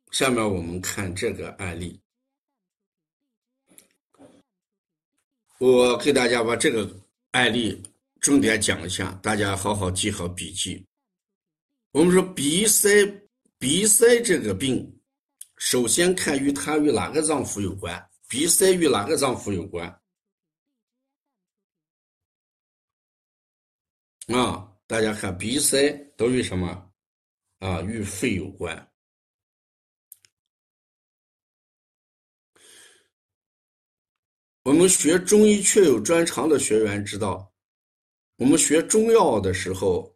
下面我们看这个案例，我给大家把这个案例重点讲一下，大家好好记好笔记。我们说鼻塞这个病，首先看它与哪个脏腑有关，鼻塞与哪个脏腑有关啊？大家看鼻塞都与什么啊？与肺有关。我们学中医确有专长的学员知道，我们学中药的时候，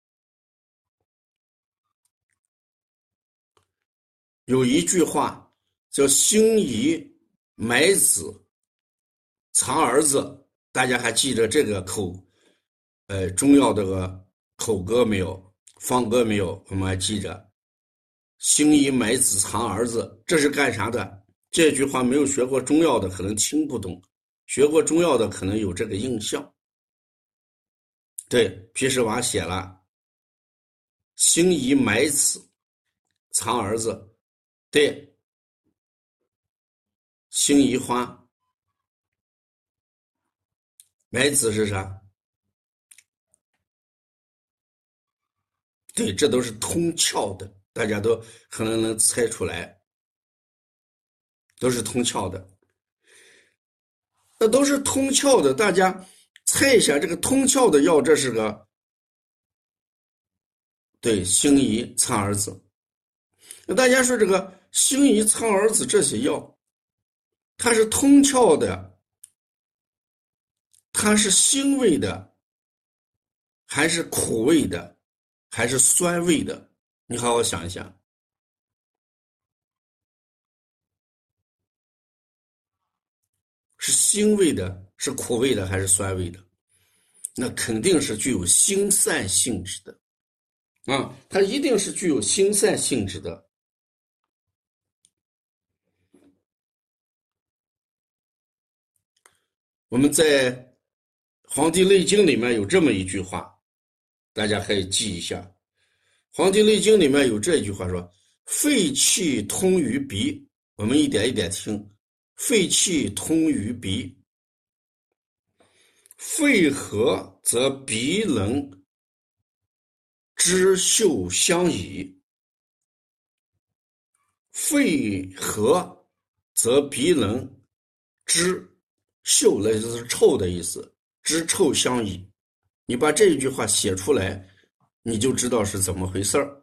有一句话叫兴宜埋子藏儿子，大家还记得这个中药这个口歌没有？方歌没有？我们还记着兴宜埋子藏儿子，这是干啥的？这句话没有学过中药的可能听不懂，学过中药的可能有这个印象。对，皮实娃写了兴宜埋子藏儿子，对，兴宜花埋子是啥？对，这都是通窍的，大家都可能能猜出来，都是通窍的。那都是通窍的，大家猜一下，这个通窍的药，这是个对辛夷、苍耳子。那大家说这个辛夷、苍耳子这些药，它是通窍的，它是辛味的，还是苦味的，还是酸味的？你好好想一想。是辛味的，是苦味的，还是酸味的？那肯定是具有辛散性质的啊，它一定是具有辛散性质的。我们在《黄帝内经》里面有这么一句话，大家可以记一下。《黄帝内经》里面有这一句话说：肺气通于鼻。我们一点一点听，肺气通于鼻，肺合则鼻能知嗅相宜。肺合则鼻能知嗅，那就是臭的意思，知臭相宜。你把这一句话写出来，你就知道是怎么回事儿。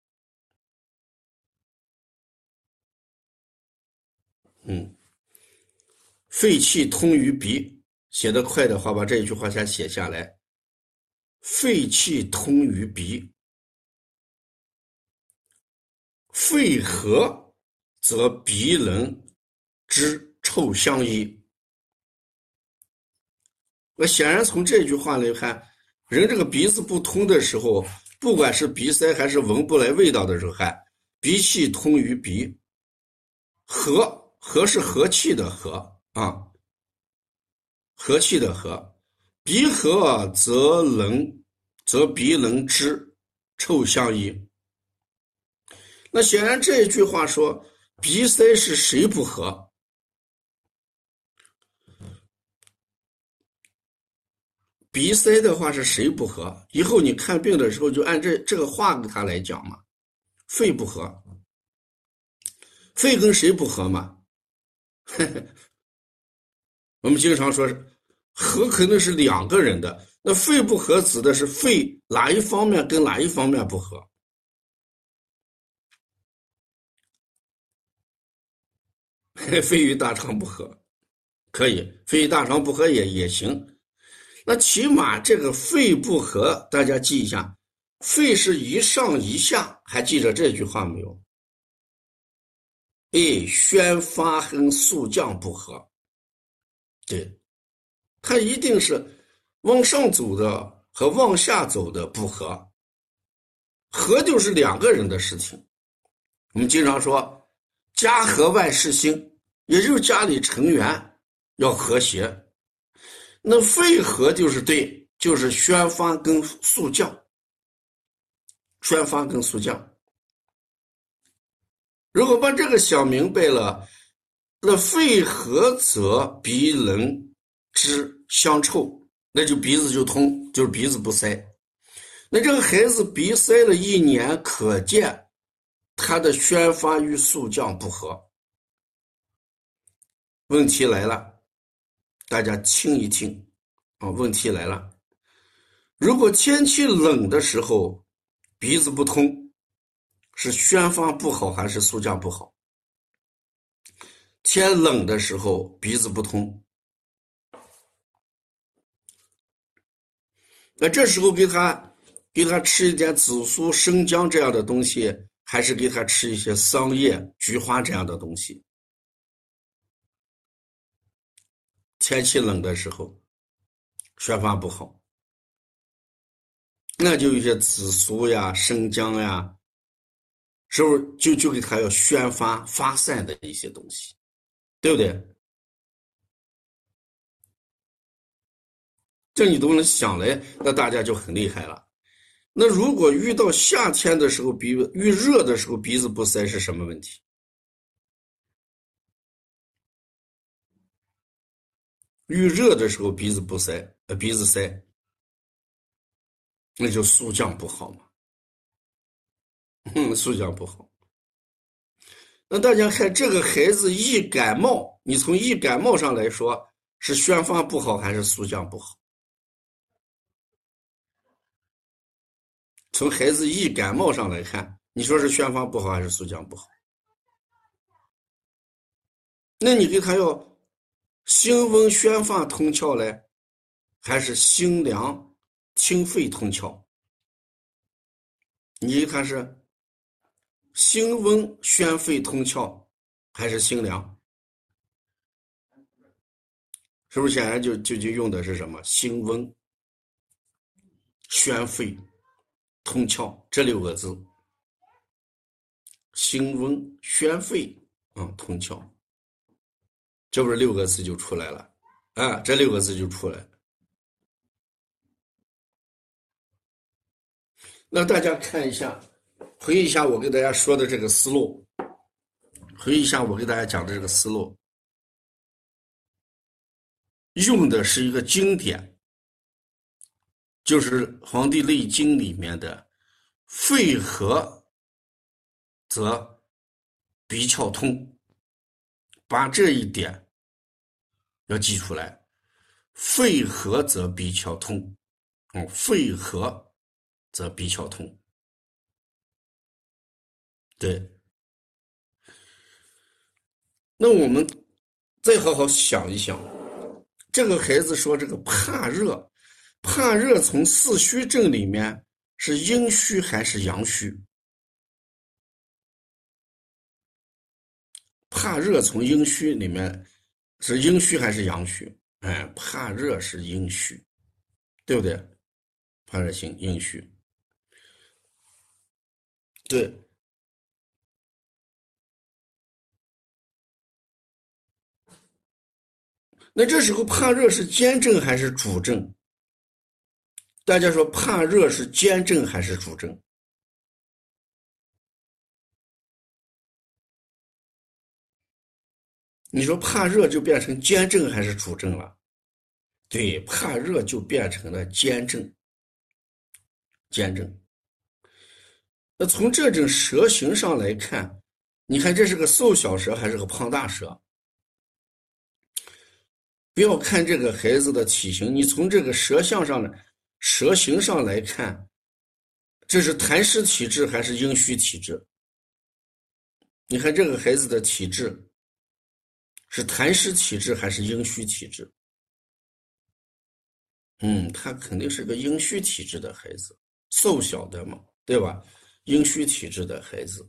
肺气通于鼻，写得快的话，把这一句话先写下来。肺气通于鼻，肺合则鼻能知臭相宜。那显然从这句话来看，人这个鼻子不通的时候，不管是鼻塞还是闻不来味道的时候，鼻气通于鼻，和是和气的和啊，和气的和，鼻和则鼻能知臭相宜。那显然这一句话说鼻塞是谁不和？鼻塞的话是谁不和？以后你看病的时候就按这个话给他来讲嘛。肺不和，肺跟谁不和嘛？我们经常说和肯定是两个人的，那肺不和指的是肺哪一方面跟哪一方面不和？肺与大肠不和，可以，肺与大肠不和也行。那起码这个肺不和，大家记一下，肺是一上一下，还记着这句话没有？宣发跟肃降不和，对，它一定是往上走的和往下走的不和，和就是两个人的事情。我们经常说家和万事兴，也就是家里成员要和谐。那肺和就是对，就是宣发跟肃降，宣发跟肃降。 如果把这个想明白了，那肺合则鼻能知香臭，那就鼻子就通，就是鼻子不塞。那这个孩子鼻塞了一年，可见他的宣发与肃降不和。问题来了，大家听一听啊！问题来了，如果天气冷的时候鼻子不通，是宣发不好还是肃降不好？天冷的时候鼻子不通，那这时候给他吃一点紫苏、生姜这样的东西，还是给他吃一些桑叶、菊花这样的东西？天气冷的时候宣发不好，那就有些紫苏呀、生姜呀，是不是就给他要宣发发散的一些东西，对不对？这你都能想来，那大家就很厉害了。那如果遇到夏天的时候遇热的时候鼻子不塞是什么问题？遇热的时候鼻子不塞，鼻子塞，那就肃降不好嘛。肃降不好。那大家看这个孩子易感冒，你从易感冒上来说，是宣发不好还是肃降不好？从孩子易感冒上来看，你说是宣发不好还是肃降不好？那你给他要辛温宣发通窍嘞，还是辛凉清肺通窍？你给他是辛温宣肺通窍，还是辛凉？是不是显然就用的是什么？辛温宣肺通窍这6个字，辛温宣肺通窍，这不是6个字就出来了啊？这6个字就出来了。那大家看一下，回忆一下我给大家说的这个思路，回忆一下我给大家讲的这个思路，用的是一个经典，就是《黄帝内经》里面的肺合则鼻窍通，把这一点要记出来。肺合则鼻窍通，肺合则鼻窍通。对，那我们再好好想一想，这个孩子说这个怕热，怕热从四虚症里面是阴虚还是阳虚？怕热从阴虚里面是阴虚还是阳虚？怕热是阴虚，对不对？怕热性阴虚，对。那这时候怕热是兼症还是主症？大家说怕热是兼症还是主症？你说怕热就变成兼症还是主症了？对，怕热就变成了兼症。兼症。那从这种舌形上来看，你看这是个瘦小舌还是个胖大舌？不要看这个孩子的体型，你从这个舌象上来、舌形上来看，这是痰湿体质还是阴虚体质？你看这个孩子的体质是痰湿体质还是阴虚体质？他肯定是个阴虚体质的孩子，瘦小的嘛，对吧？阴虚体质的孩子。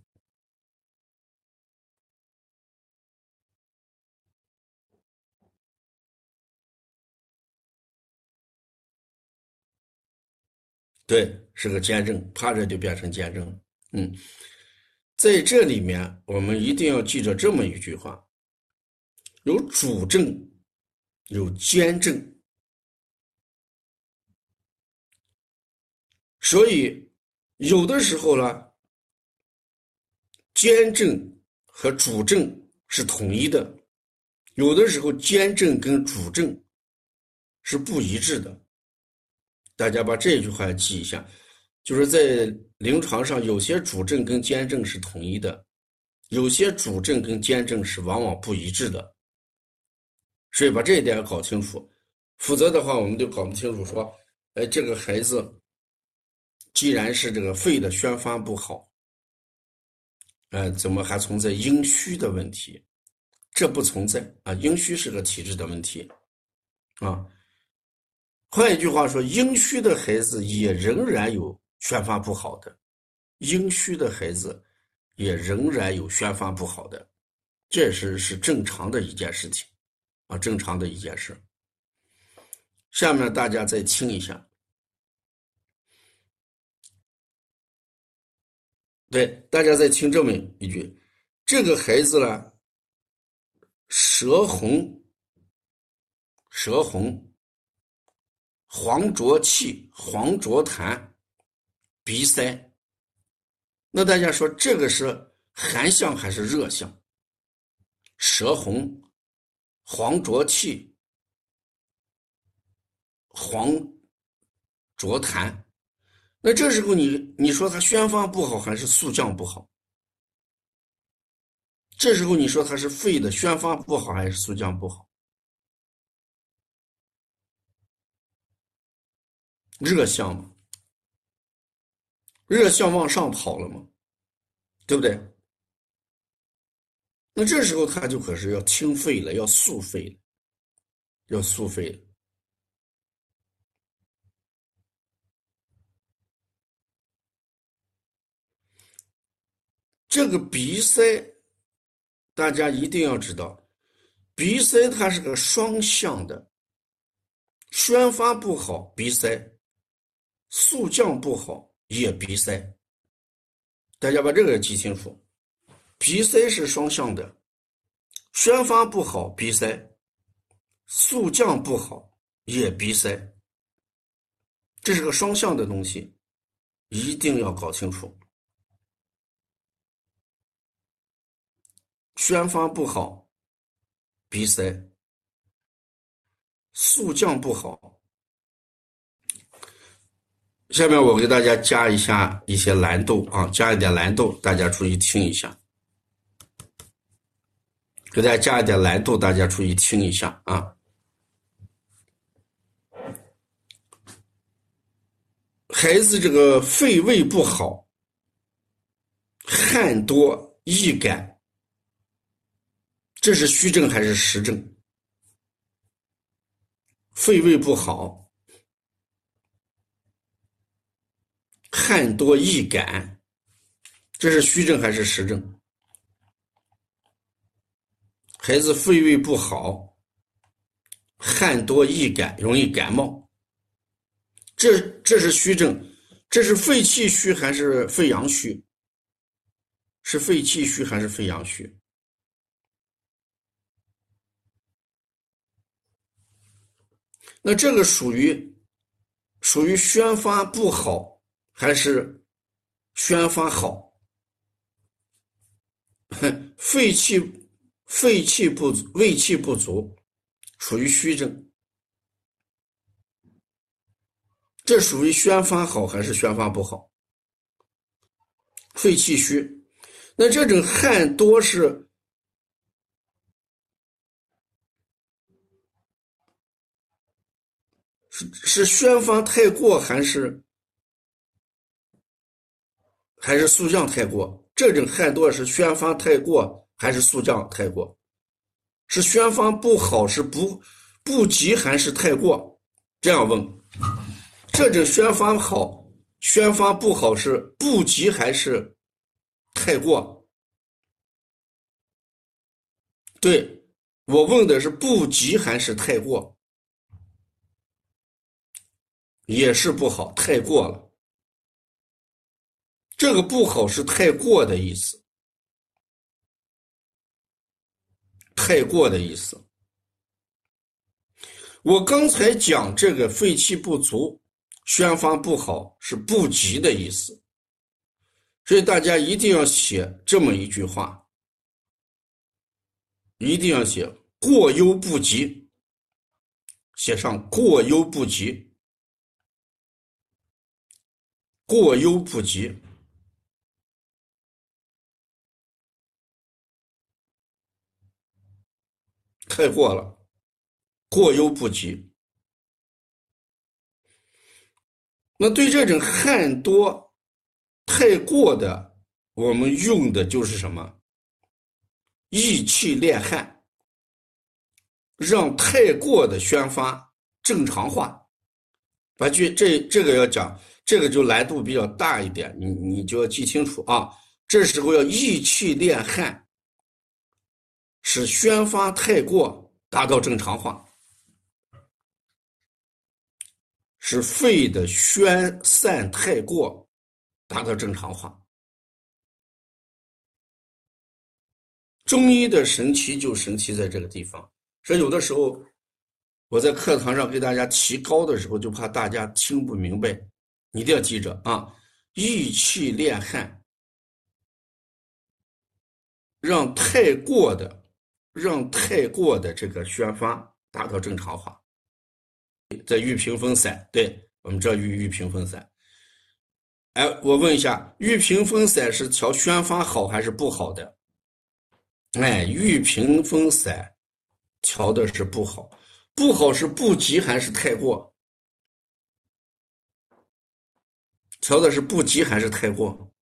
对，是个兼症，怕热就变成兼症了。嗯，在这里面我们一定要记着这么一句话：有主症，有兼症。所以有的时候呢，兼症和主症是统一的，有的时候兼症跟主症是不一致的。大家把这句话记一下，就是在临床上有些主症跟兼症是统一的，有些主症跟兼症是往往不一致的，所以把这一点搞清楚，否则的话我们就搞不清楚说，这个孩子既然是这个肺的宣发不好，怎么还存在阴虚的问题？这不存在啊，阴虚是个体质的问题啊。换一句话说，阴虚的孩子也仍然有宣发不好的，阴虚的孩子也仍然有宣发不好的，这是正常的一件事情啊，正常的一件事。下面大家再听一下，对，大家再听这么一句，这个孩子呢，舌红，黄浊气，黄浊痰，鼻塞。那大家说这个是寒象还是热象？舌红，黄浊气，黄浊痰。那这时候你说他宣发不好还是肃降不好？这时候你说他是肺的宣发不好还是肃降不好？热象嘛，热象往上跑了嘛，对不对？那这时候他就可是要清肺了，要肃肺了，要肃肺了。这个鼻塞，大家一定要知道，鼻塞它是个双向的，宣发不好鼻塞，肃降不好也鼻塞。大家把这个记清楚，鼻塞是双向的，宣发不好鼻塞，肃降不好也鼻塞，这是个双向的东西，一定要搞清楚。宣发不好鼻塞，肃降不好。下面我给大家加一下一些蓝豆啊，加一点蓝豆，大家注意听一下。给大家加一点蓝豆，大家注意听一下啊。孩子这个肺胃不好，汗多易感，这是虚症还是实症？肺胃不好，汗多易感，这是虚症还是实症？孩子肺胃不好，汗多易感，容易感冒，这是虚症，这是肺气虚还是肺阳虚？是肺气虚还是肺阳虚？那这个属于宣发不好还是宣发好？肺气不足，胃气不足，属于虚症。这属于宣发好还是宣发不好？肺气虚。那这种汗多是宣发太过还是肃降太过？这种汗多是宣发太过还是肃降太过？是宣发不好是不及还是太过？这样问，这种宣发好宣发不好是不及还是太过？对，我问的是不及还是太过？也是不好，太过了。这个不好是太过的意思，太过的意思。我刚才讲这个肺气不足，宣发不好是不及的意思，所以大家一定要写这么一句话： 一定要写过犹不及，写上过犹不及，过犹不及。太过了，过犹不及。那对这种汗多、太过的，我们用的就是什么？益气敛汗，让太过的宣发正常化。这个要讲，这个就难度比较大一点，你就要记清楚啊。这时候要益气敛汗，使宣发太过达到正常化，使肺的宣散太过达到正常化。中医的神奇就神奇在这个地方，所以有的时候我在课堂上给大家提高的时候，就怕大家听不明白，你一定要记着啊！益气敛汗，让太过的这个宣发达到正常化。在玉屏风散，对，我们知道玉屏风散。哎，我问一下，玉屏风散是调宣发好还是不好的？哎，玉屏风散调的是不好，不好是不及还是太过？调的是不及还是太过？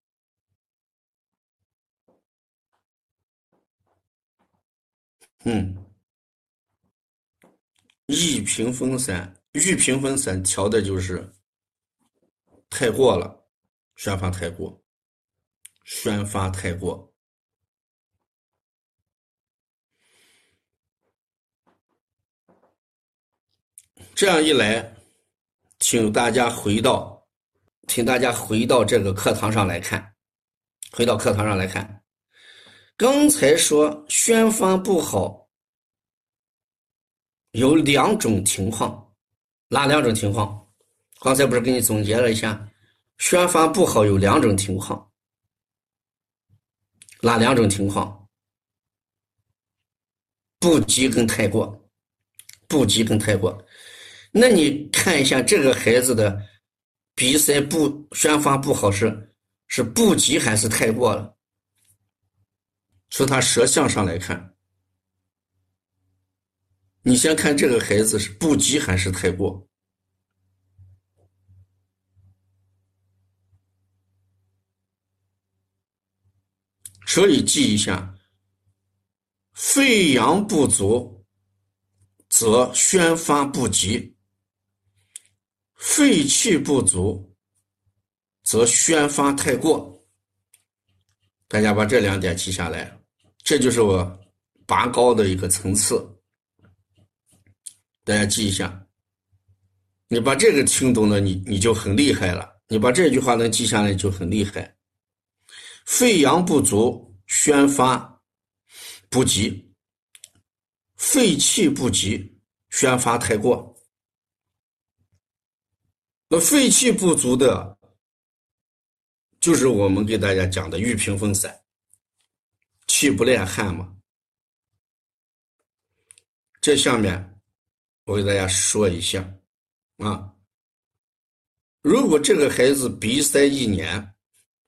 玉屏风散调的就是太过了，宣发太过，宣发太过。这样一来，请大家回到这个课堂上来看，刚才说宣发不好有两种情况，哪两种情况？刚才不是给你总结了一下，宣发不好有两种情况，哪两种情况？不及跟太过，不及跟太过。那你看一下这个孩子的鼻塞宣发不好是不及还是太过了？从他舌象上来看，你先看这个孩子是不及还是太过？所以记一下，肺阳不足则宣发不及，肺气不足则宣发太过。大家把这两点记下来，这就是我拔高的一个层次，大家记一下。你把这个听懂了，你就很厉害了。你把这句话能记下来就很厉害。肺阳不足，宣发不及；肺气不及，宣发太过。那肺气不足的，就是我们给大家讲的玉屏风散，气不敛汗嘛。这下面我给大家说一下啊，如果这个孩子鼻塞1年，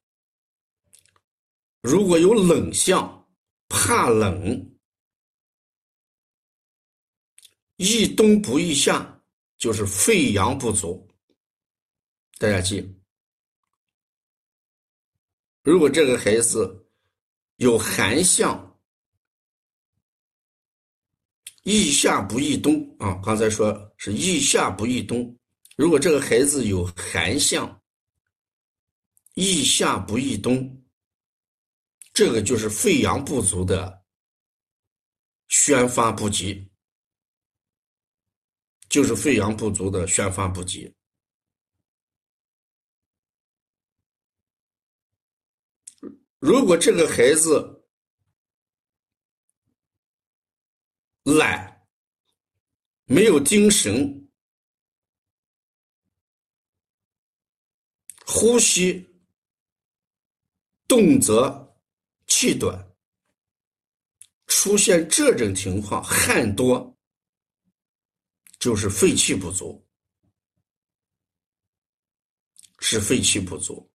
如果有冷象，怕冷，易冬不易夏，就是肺阳不足。大家记，如果这个孩子有寒象，易夏不易冬啊，刚才说是易夏不易冬。如果这个孩子有寒象，易夏不易冬，这个就是肺阳不足的宣发不及，就是肺阳不足的宣发不及。如果这个孩子懒，没有精神，呼吸动则气短， 出现这种情况，汗多就是肺气不足，是肺气不足，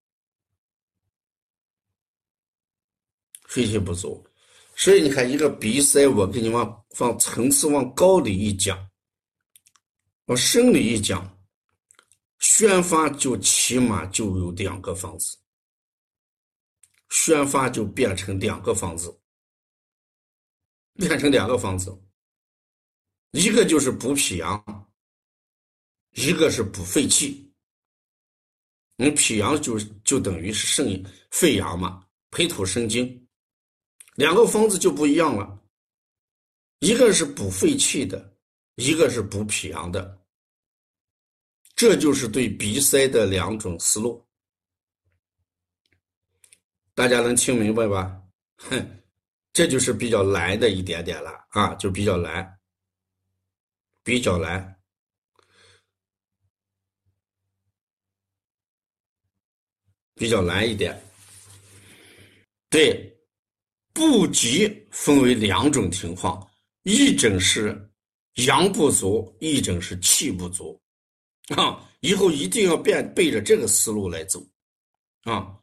肺气不足。所以你看，一个鼻塞，我给你往层次往高里一讲，往深里一讲，宣发就起码就有2个方子，宣发就变成2个方子，一个就是补脾阳，一个是补肺气。脾阳就等于是肺阳嘛，培土生金，2个方子就不一样了，一个是补肺气的，一个是补脾阳的，这就是对鼻塞的2种思路，大家能听明白吧？这就是比较难的一点点了啊，就比较难，比较难。一点。对，不急分为2种情况，一种是阳不足，一种是气不足啊。以后一定要背着这个思路来走啊。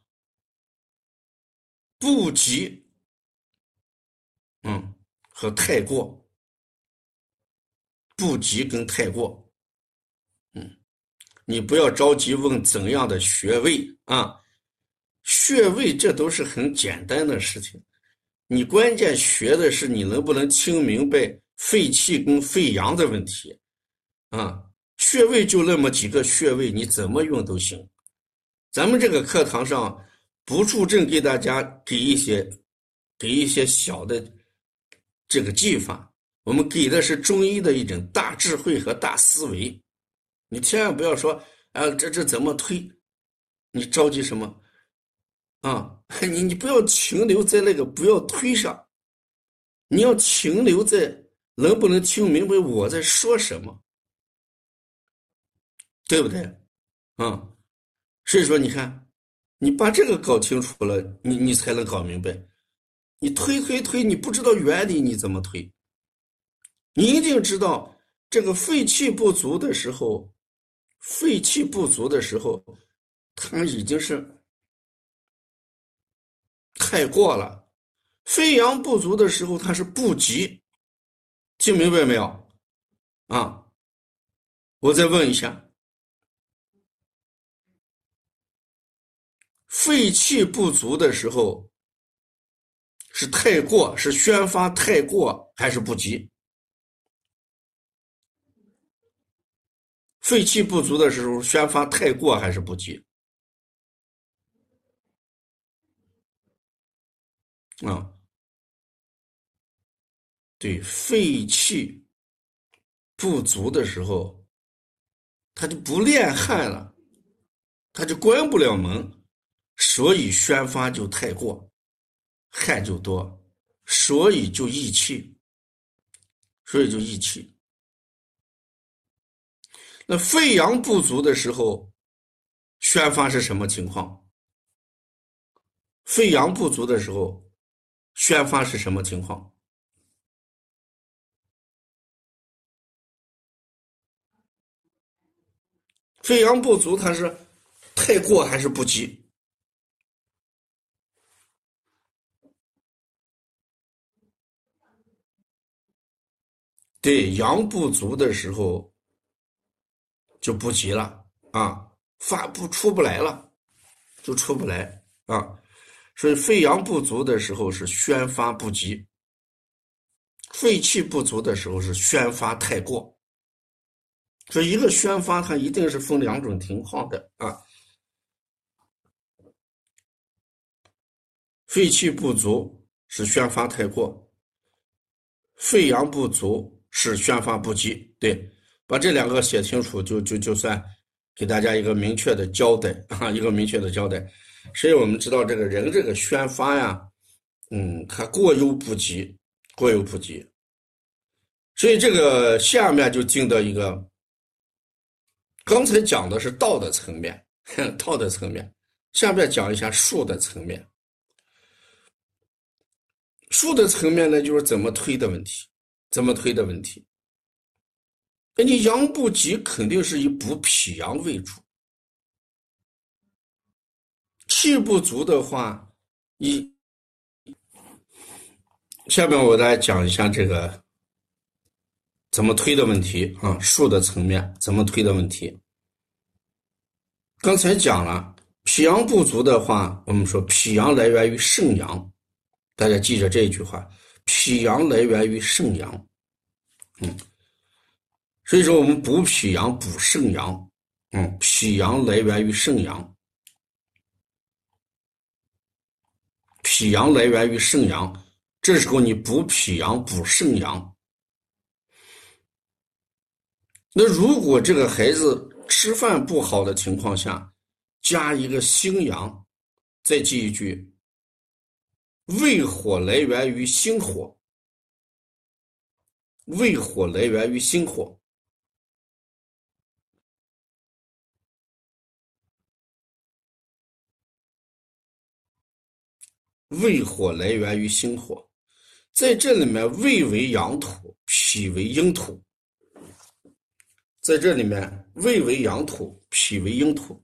不急，和太过，不急跟太过，你不要着急问怎样的穴位啊，穴位这都是很简单的事情。你关键学的是你能不能听明白肺气跟肺阳的问题啊？穴位就那么几个穴位，你怎么用都行。咱们这个课堂上不注重给大家给一些小的这个技法，我们给的是中医的一种大智慧和大思维。你千万不要说啊，这怎么推？你着急什么？啊，你不要停留在那个不要推上，你要停留在能不能听明白我在说什么，对不对？所以说你看，你把这个搞清楚了，你才能搞明白。你推，你不知道原理你怎么推？你一定知道这个肺气不足的时候，它已经是太过了。肺阳不足的时候，它是不急，听明白没有？啊，我再问一下，肺气不足的时候是太过，是宣发太过还是不急？肺气不足的时候宣发太过还是不急？啊，对，肺气不足的时候，他就不练汗了，他就关不了门，所以宣发就太过，汗就多，所以就益气，那肺阳不足的时候，宣发是什么情况？肺阳不足的时候，宣发是什么情况？肺阳不足，它是太过还是不及？对，阳不足的时候就不及了啊，出不来了，就出不来啊。所以肺阳不足的时候是宣发不及，肺气不足的时候是宣发太过。所以一个宣发它一定是分2种情况的啊。肺气不足是宣发太过，肺阳不足是宣发不及。对，把这2个写清楚，就算给大家一个明确的交代啊，一个明确的交代。所以我们知道这个人这个宣发呀，他过犹不及，所以这个下面就进到一个，刚才讲的是道的层面，下面讲一下术的层面。 术的层面呢，就是怎么推的问题，怎么推的问题。那你阳不及，肯定是以补脾阳为主。气不足的话，一下面我来讲一下这个怎么推的问题啊，术的层面怎么推的问题。刚才讲了，脾阳不足的话，我们说脾阳来源于肾阳，大家记着这一句话，脾阳来源于肾阳。所以说我们补脾阳补肾阳，脾阳来源于肾阳，脾阳来源于肾阳，这时候你补脾阳补肾阳。那如果这个孩子吃饭不好的情况下，加一个心阳，再记一句，胃火来源于心火，胃火来源于心火。胃火来源于心火，在这里面胃为阳土，脾为阴土。在这里面胃为阳土，脾为阴土。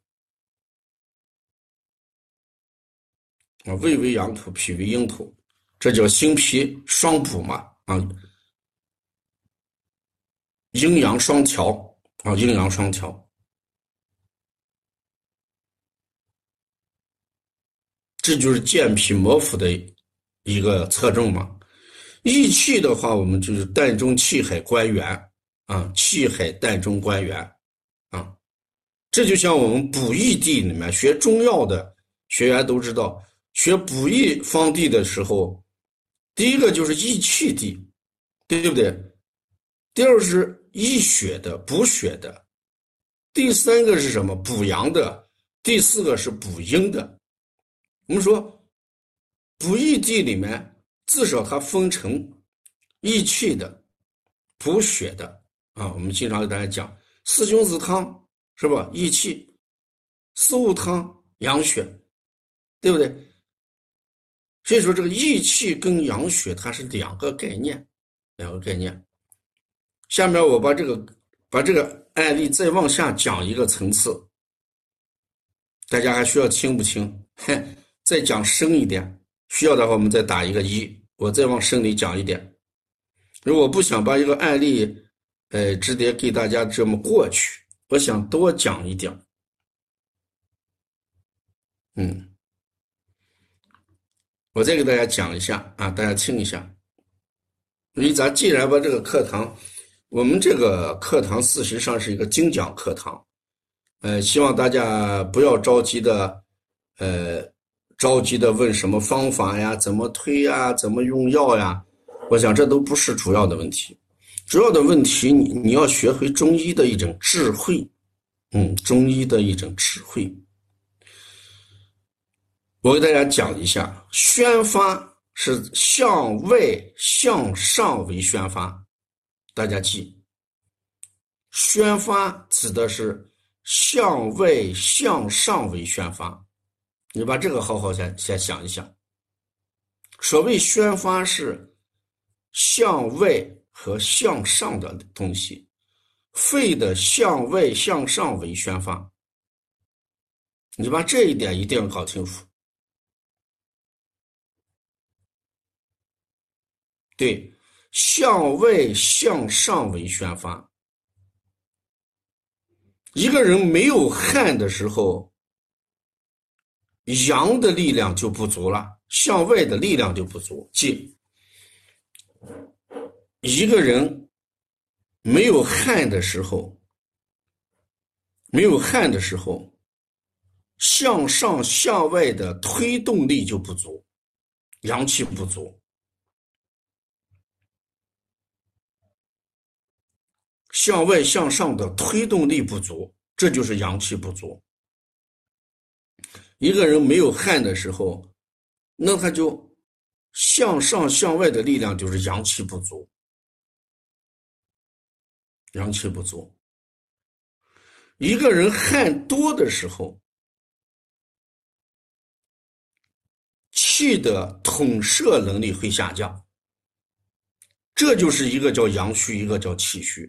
胃为阳土，脾为阴土，这叫心脾双补嘛，阴阳双调阴阳双调。这就是健脾摩腹的一个侧重嘛。益气的话，我们就是膻中气海关元气海膻中关元这就像我们补益地里面学中药的学员都知道，学补益方地的时候，第一个就是益气地，对不对？第二是益血的，补血的。第三个是什么？补阳的。第四个是补阴的。我们说补益地里面至少它分成益气的、补血的我们经常给大家讲四君子汤是吧？益气，四物汤养血，对不对？所以说这个益气跟养血它是两个概念。下面我把这个案例再往下讲一个层次，大家还需要听不清？再讲深一点，需要的话我们再打一个1，我再往深里讲一点。如果不想把一个案例直接给大家这么过去，我想多讲一点。我再给大家讲一下大家听一下。因为咱既然把这个课堂，我们这个课堂事实上是一个精讲课堂，希望大家不要着急的问什么方法呀，怎么推呀，怎么用药呀，我想这都不是主要的问题。主要的问题你要学会中医的一种智慧，中医的一种智慧。我给大家讲一下，宣发是向外向上为宣发，大家记，宣发指的是向外向上为宣发，你把这个好好先想一想。所谓宣发是向外和向上的东西，肺的向外向上为宣发，你把这一点一定要搞清楚。对，向外向上为宣发。一个人没有汗的时候，阳的力量就不足了，向外的力量就不足。记，一个人没有汗的时候，向上向外的推动力就不足，阳气不足。向外向上的推动力不足，这就是阳气不足。一个人没有汗的时候，那他就向上向外的力量就是阳气不足。阳气不足。一个人汗多的时候， 气的统摄能力会下降。这就是一个叫阳虚，一个叫气虚。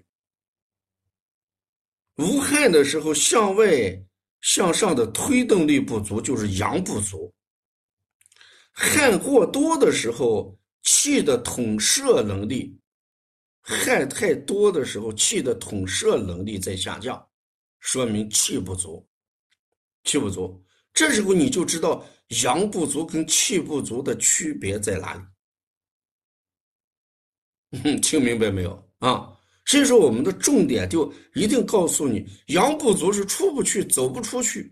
无汗的时候，向外向上的推动力不足，就是阳不足。汗过多的时候，气的统摄能力，汗太多的时候，气的统摄能力在下降，说明气不足。气不足，这时候你就知道阳不足跟气不足的区别在哪里。听明白没有啊？所以说我们的重点就一定告诉你，阳不足是出不去，走不出去。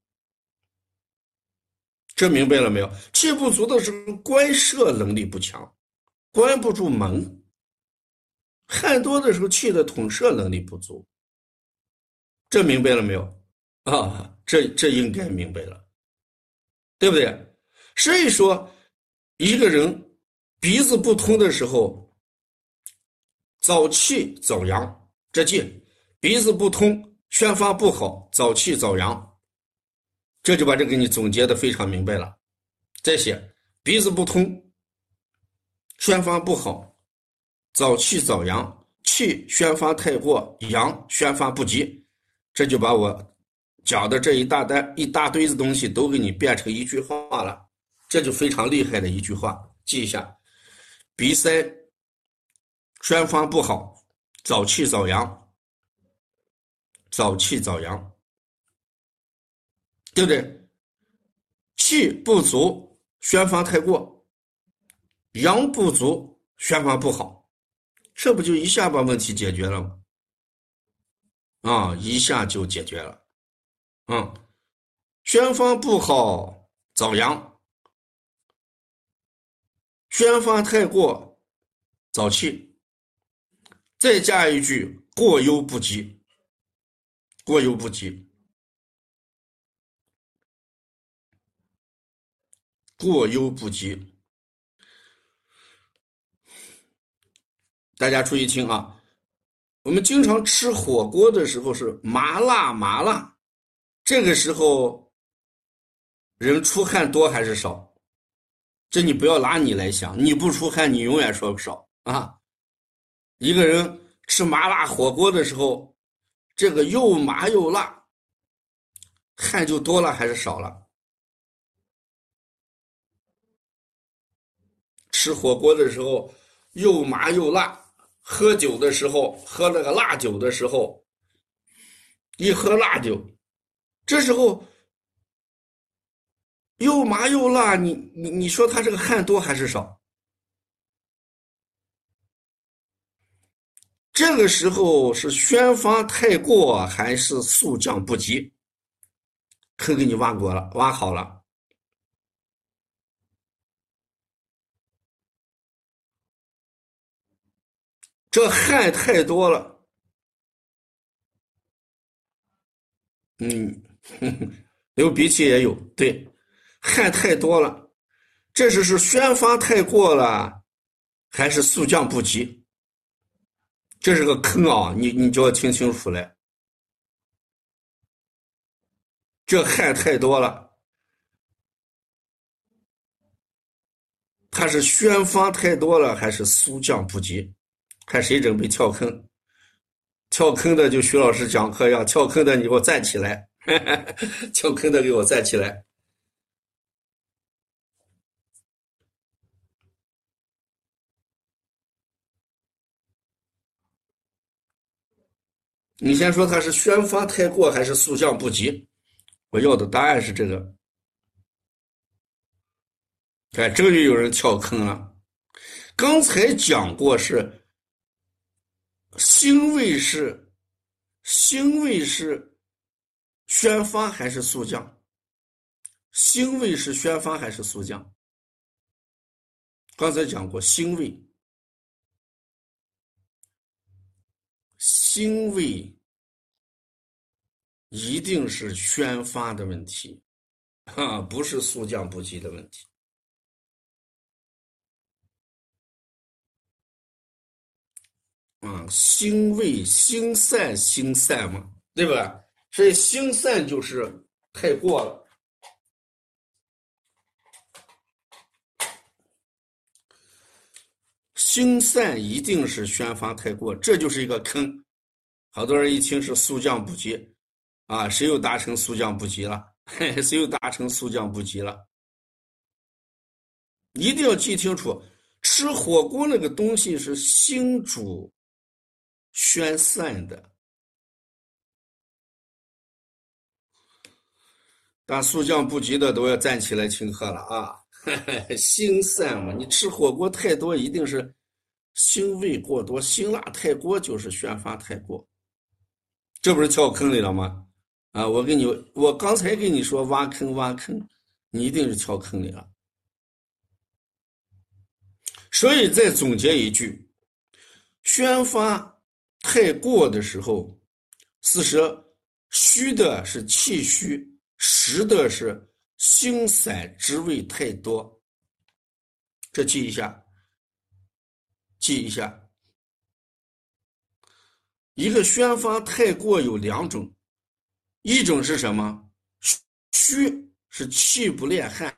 这明白了没有？气不足的时候，关摄能力不强，关不住门。汗多的时候，气的统摄能力不足。这明白了没有？啊，这应该明白了，对不对？所以说，一个人鼻子不通的时候，早气早阳，这记，鼻子不通，宣发不好，早气早阳，这就把这给你总结的非常明白了。再写，鼻子不通，宣发不好，早气早阳，气宣发太过，阳宣发不及，这就把我讲的这一大堆的东西都给你变成一句话了，这就非常厉害的一句话，记一下，鼻塞宣发不好，早气早阳，早气早阳，对不对？气不足，宣发太过，阳不足，宣发不好，这不就一下把问题解决了吗？啊，一下就解决了。宣发不好，早阳；宣发太过，早气。再加一句过犹不及，过犹不及，过犹不及。大家注意听啊，我们经常吃火锅的时候是麻辣麻辣，这个时候人出汗多还是少？这你不要拿你来想，你不出汗，你永远说少啊。一个人吃麻辣火锅的时候，这个又麻又辣，汗就多了还是少了？吃火锅的时候又麻又辣，喝酒的时候喝那个辣酒的时候，一喝辣酒，这时候又麻又辣，你说他这个汗多还是少？这个时候是宣发太过还是速降不及？坑给你挖过了，挖好了。这汗太多了，流鼻涕也有，对，汗太多了，这是宣发太过了，还是速降不及？这是个坑啊，你就要听清楚了。这汗太多了，它是宣发太多了，还是速降不及？看谁准备跳坑。跳坑的就徐老师讲课一样，跳坑的你给我站起来，跳坑的给我站起来。你先说它是宣发太过还是速降不及？我要的答案是这个。哎，终于有人跳坑了。刚才讲过是辛味是宣发还是速降？辛味是宣发还是速降？刚才讲过辛味，辛味一定是宣发的问题，不是速降不及的问题。辛味辛散嘛，对吧？所以辛散就是太过了。 心散一定是宣发太过，这就是一个坑。好多人一听是速降不及啊，谁又达成速降不及了？谁又达成速降不及了？一定要记清楚，吃火锅那个东西是心主宣散的。但速降不及的都要站起来请客了啊！心散嘛，你吃火锅太多，一定是腥味过多，辛辣太过就是宣发太过，这不是跳坑里了吗？啊，我刚才跟你说挖坑挖坑，你一定是跳坑里了。所以再总结一句，宣发太过的时候，事实虚的是气虚，实的是心散之味太多。这记一下，记一下。一个宣发太过有两种，一种是什么？虚是气不练汗，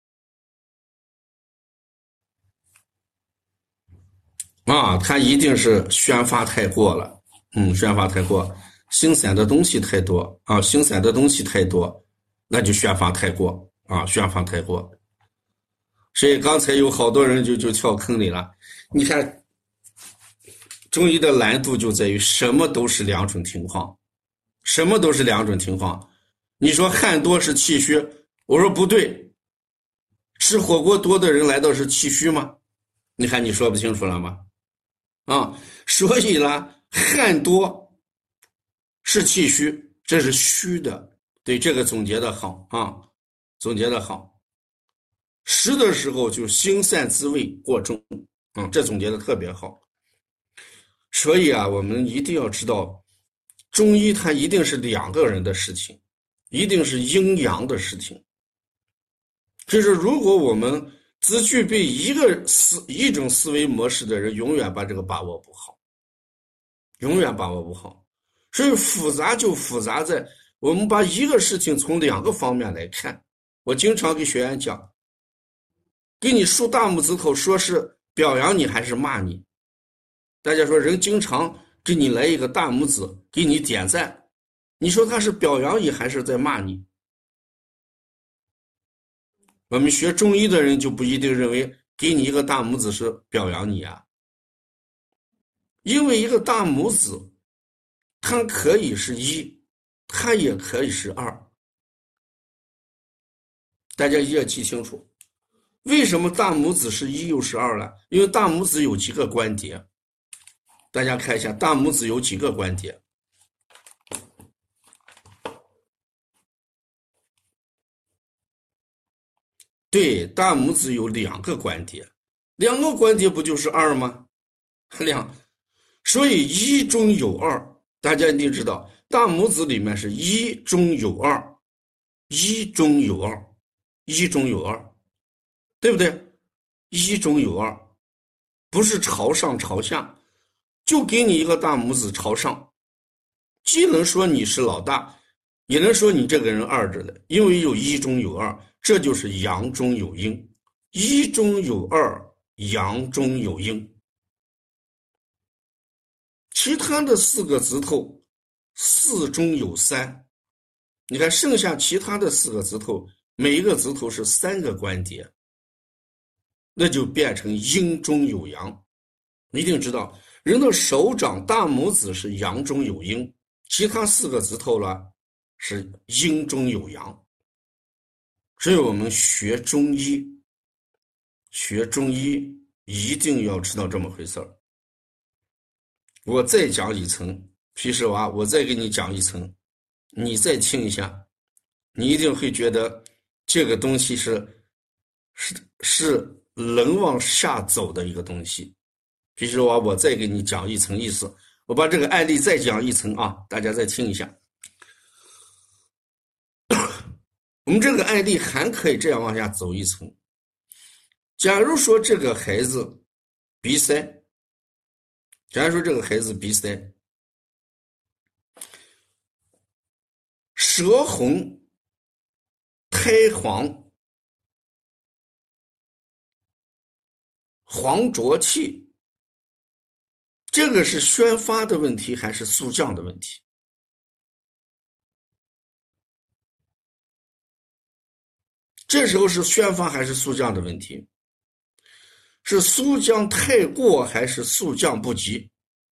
啊，它一定是宣发太过了，宣发太过，心散的东西太多啊，心散的东西太多，那就宣发太过啊，宣发太过。所以刚才有好多人就跳坑里了。你看，中医的难度就在于什么都是两种情况，什么都是两种情况。你说汗多是气虚，我说不对，吃火锅多的人难道是气虚吗？你看你说不清楚了吗？啊，所以呢，汗多是气虚，这是虚的。对，这个总结的好啊，总结的好。实的时候就心散之味过重，这总结的特别好。所以啊，我们一定要知道，中医它一定是两个人的事情，一定是阴阳的事情。就是如果我们只具备一种思维模式的人，永远把这个把握不好，永远把握不好。所以复杂就复杂在我们把一个事情从两个方面来看。我经常给学员讲，给你竖大拇指头，说是表扬你还是骂你？大家说人经常给你来一个大拇指，给你点赞，你说他是表扬你还是在骂你？我们学中医的人就不一定认为给你一个大拇指是表扬你啊，因为一个大拇指，它可以是一，它也可以是二。大家一定要记清楚，为什么大拇指是一又是二呢？因为大拇指有几个关节，大家看一下，大拇指有几个关节？对，大拇指有两个关节，两个关节不就是二吗？所以一中有二，大家一定知道，大拇指里面是一中有二，一中有二，一中有二，对不对？一中有二，不是朝上朝下，就给你一个大拇指朝上，既能说你是老大，也能说你这个人二着的，因为有一中有二，这就是阳中有阴，一中有二，阳中有阴。其他的四个指头，四中有三，你看剩下其他的四个指头，每一个指头是三个关节，那就变成阴中有阳。你一定知道，人的手掌大拇指是阳中有阴，其他四个指头呢是阴中有阳。所以我们学中医，一定要知道这么回事儿。我再讲一层，皮实娃，我再给你讲一层，你再听一下，你一定会觉得这个东西是能往下走的一个东西。皮实娃，我再给你讲一层意思，我把这个案例再讲一层啊，大家再听一下。我们这个案例还可以这样往下走一层。假如说这个孩子鼻塞，舌红、苔黄、黄浊气， 这个是宣发的问题还是速降的问题？这时候是宣发还是速降的问题？是速降太过还是速降不及？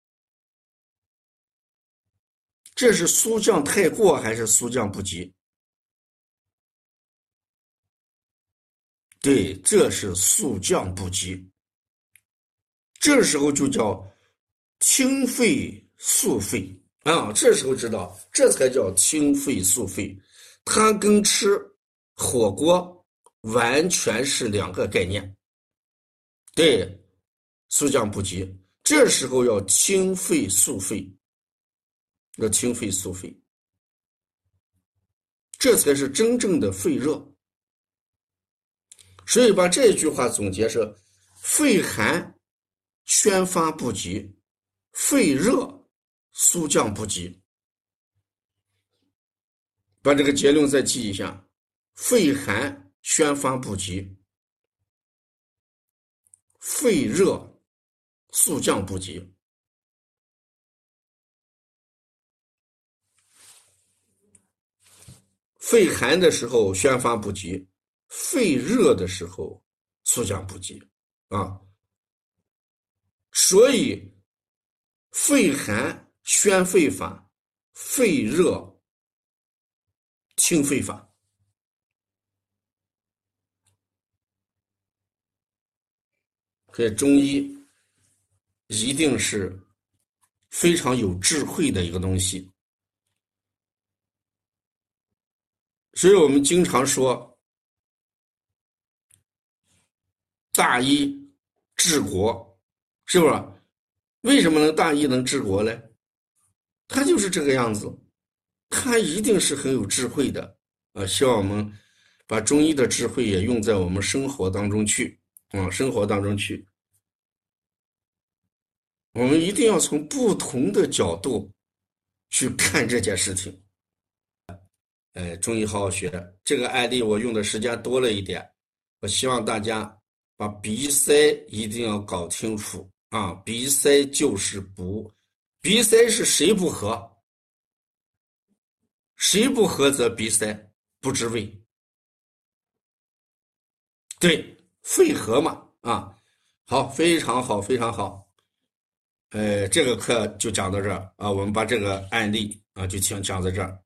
这是速降太过还是速降不及？对，这是速降不及。这时候就叫清肺速肺啊，这时候知道，这才叫清肺速肺，它跟吃火锅完全是两个概念。对，速降不及，这时候要清肺速肺，要清肺速肺，这才是真正的肺热。所以把这句话总结是：肺寒宣发不及，肺热速降不及。把这个结论再记一下：肺寒宣发不及，肺热速降不及。肺寒的时候宣发不及，肺热的时候速降不及啊。所以肺寒宣肺法，肺热清肺法。这中医一定是非常有智慧的一个东西。所以我们经常说大医治国，是不是？为什么大医能治国呢？他就是这个样子，他一定是很有智慧的希望我们把中医的智慧也用在我们生活当中去生活当中去。我们一定要从不同的角度去看这件事情。中医好好学，这个案例我用的时间多了一点，我希望大家把鼻塞一定要搞清楚啊！鼻塞就是不，鼻塞是谁不和？谁不和则鼻塞，不知味。对，肺和嘛啊，好，非常好，非常好。这个课就讲到这儿啊，我们把这个案例就讲到这儿。